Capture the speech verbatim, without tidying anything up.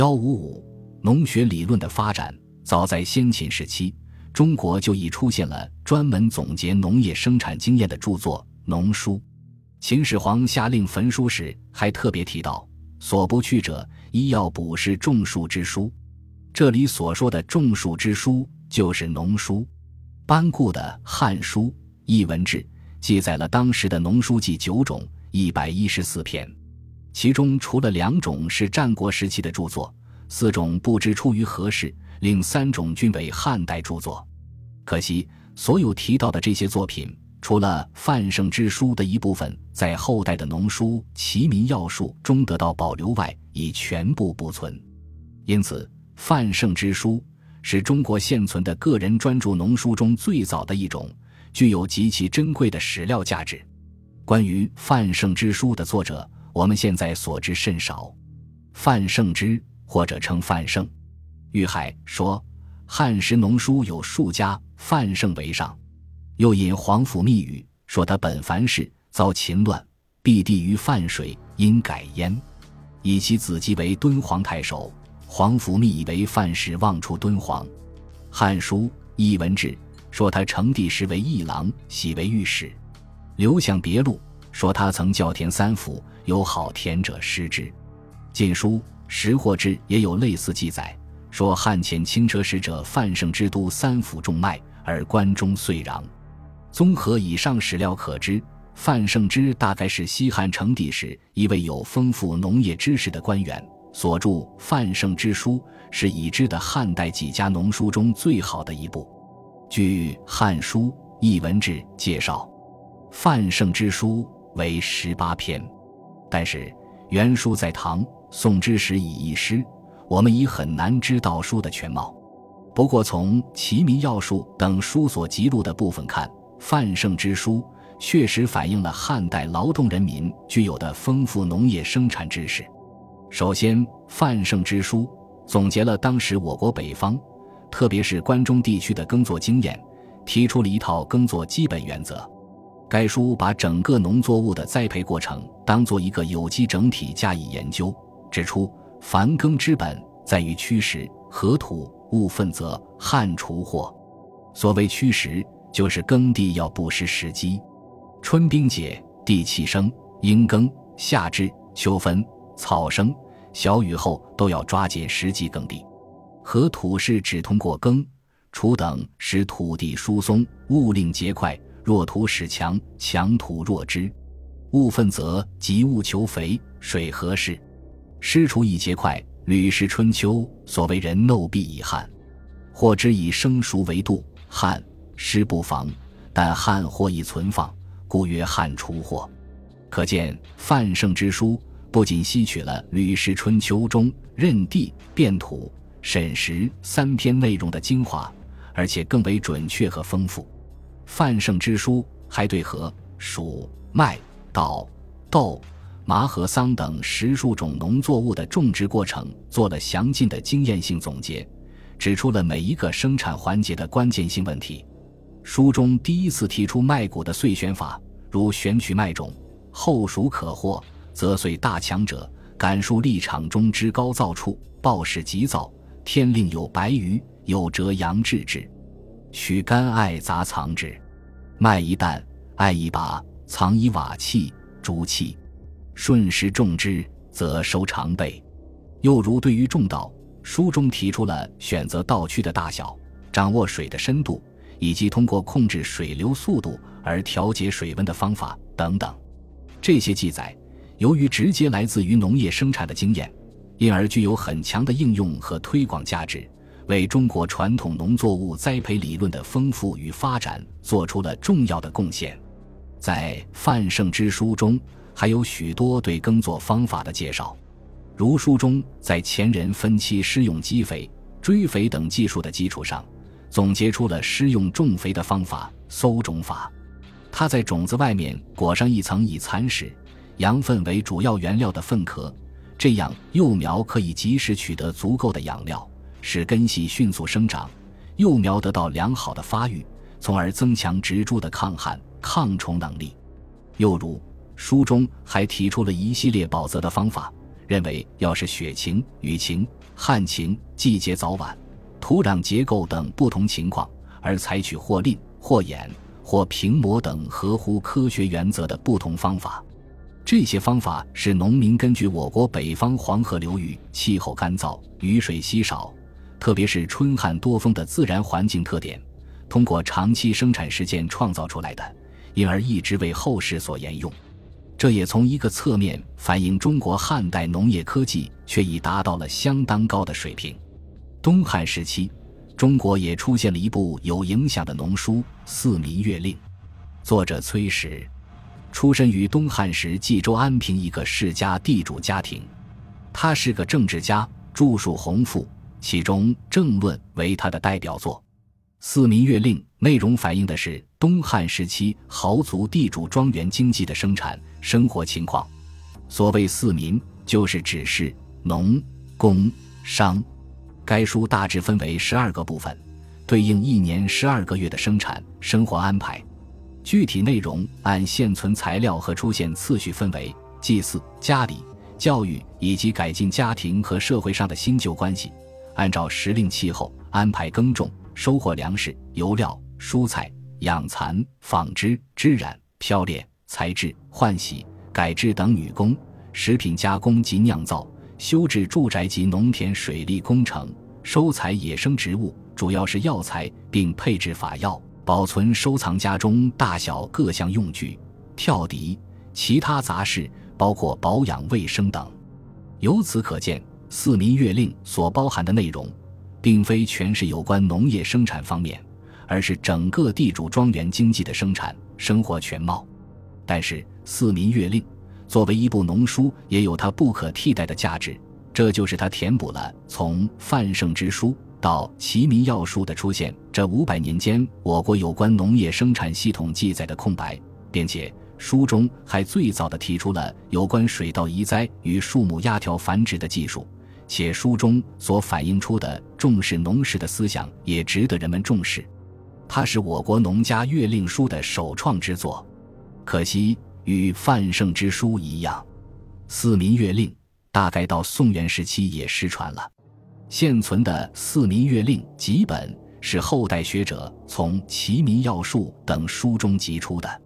一五五农学理论的发展，早在先秦时期，中国就已出现了专门总结农业生产经验的著作《农书》。秦始皇下令焚书时还特别提到，所不去者，医药卜是种树之书。这里所说的种树之书就是农书。班固的《汉书·艺文志》记载了当时的农书记九种一百一十四篇，其中除了两种是战国时期的著作，四种不知出于何事，另三种均为汉代著作。可惜所有提到的这些作品，除了范圣之书的一部分在后代的农书《齐民要术》中得到保留外，已全部不存。因此范圣之书是中国现存的个人专著农书中最早的一种，具有极其珍贵的史料价值。关于范圣之书的作者，我们现在所知甚少。范圣之或者称范圣，玉海说汉时农书有数家，范圣为上。又引皇甫密语说他本樊氏，遭秦乱，避地于范水，因改焉，以其子继为敦煌太守。皇甫密以为范氏望出敦煌。汉书《艺文志》说他成帝时为议郎，喜为御史。刘向别录说他曾教田三府，有好田者失之。晋书《识货志》也有类似记载，说汉遣轻车使者范圣之都三府种麦，而关中遂壤。综合以上史料可知，范圣之大概是西汉成帝时一位有丰富农业知识的官员，所著《范圣之书》是已知的汉代几家农书中最好的一部。据《汉书·艺文志》介绍，范圣之书为十八篇，但是原书在唐、宋之时已遗失，我们已很难知道书的全貌。不过从《齐民要术》等书所记录的部分看，范圣之书确实反映了汉代劳动人民具有的丰富农业生产知识。首先，范圣之书总结了当时我国北方，特别是关中地区的耕作经验，提出了一套耕作基本原则。该书把整个农作物的栽培过程当作一个有机整体加以研究，指出凡耕之本在于驱石、河土、物分泽、旱除祸。所谓驱石，就是耕地要不失时机，春冰解，地气生，阴耕，夏至，秋分，草生，小雨后都要抓紧时机耕地。河土是指通过耕、除等使土地疏松，物令结块，弱土使强，强土弱枝。物分泽即物求肥，水合适。湿除以结块，履是春秋，所谓人耨必以旱。或之以生熟为度，旱湿不防，但旱或以存放，故曰旱除祸。可见范圣之书不仅吸取了《吕氏春秋》中任地、变土、审时三篇内容的精华，而且更为准确和丰富。范圣之书还对禾、黍、麦、稻、豆、麻和桑等十数种农作物的种植过程做了详尽的经验性总结，指出了每一个生产环节的关键性问题。书中第一次提出麦谷的岁选法，如选取麦种，后熟可获，则岁大强者，感树立场中之高燥处，暴食急躁，天令有白鱼，有折阳治之。取干艾杂藏之，麦一担，艾一把，藏以瓦器、竹器，顺时种之，则收长倍。又如对于种稻，书中提出了选择稻区的大小，掌握水的深度，以及通过控制水流速度而调节水温的方法等等。这些记载由于直接来自于农业生产的经验，因而具有很强的应用和推广价值，为中国传统农作物栽培理论的丰富与发展做出了重要的贡献。在范圣之书中还有许多对耕作方法的介绍，如书中在前人分期施用基肥、追肥等技术的基础上，总结出了施用种肥的方法搜种法。它在种子外面裹上一层以蚕屎、羊粪为主要原料的粪壳，这样幼苗可以及时取得足够的养料，使根系迅速生长，幼苗得到良好的发育，从而增强植株的抗旱、抗虫能力。又如书中还提出了一系列保泽的方法， 认为要是雪情、雨情、旱情、季节早晚、土壤结构等不同情况，而采取或淋、或掩、或平磨等合乎科学原则的不同方法。这些方法是农民根据我国北方黄河流域气候干燥、雨水稀少，特别是春旱多风的自然环境特点，通过长期生产实践创造出来的，因而一直为后世所沿用。这也从一个侧面反映中国汉代农业科技却已达到了相当高的水平。东汉时期，中国也出现了一部有影响的农书《四民月令》，作者崔实，出身于东汉时冀州安平一个世家地主家庭。他是个政治家，著述宏富，其中《政论》为他的代表作。《四民月令》内容反映的是东汉时期豪族地主庄园经济的生产生活情况。所谓四民，就是指士、农、工、商。该书大致分为十二个部分，对应一年十二个月的生产生活安排。具体内容按现存材料和出现次序分为祭祀、家礼、教育以及改进家庭和社会上的新旧关系，按照时令气候安排耕种、收获粮食、油料、蔬菜、养蚕、纺织、织染、漂炼、裁制、换洗、改制等女工、食品加工及酿造、修治住宅及农田水利工程、收采野生植物，主要是药材，并配制法药，保存收藏家中大小各项用具、跳笛、其他杂事，包括保养卫生等。由此可见，《四民月令》所包含的内容并非全是有关农业生产方面，而是整个地主庄园经济的生产生活全貌。但是《四民月令》作为一部农书也有它不可替代的价值，这就是它填补了从范圣之书到齐民要术的出现这五百年间我国有关农业生产系统记载的空白，并且书中还最早地提出了有关水稻移栽与树木压条繁殖的技术，且书中所反映出的重视农事的思想也值得人们重视。它是我国农家月令书的首创之作，可惜与范圣之书一样，四民月令大概到宋元时期也失传了。现存的四民月令几本是后代学者从齐民要术等书中辑出的。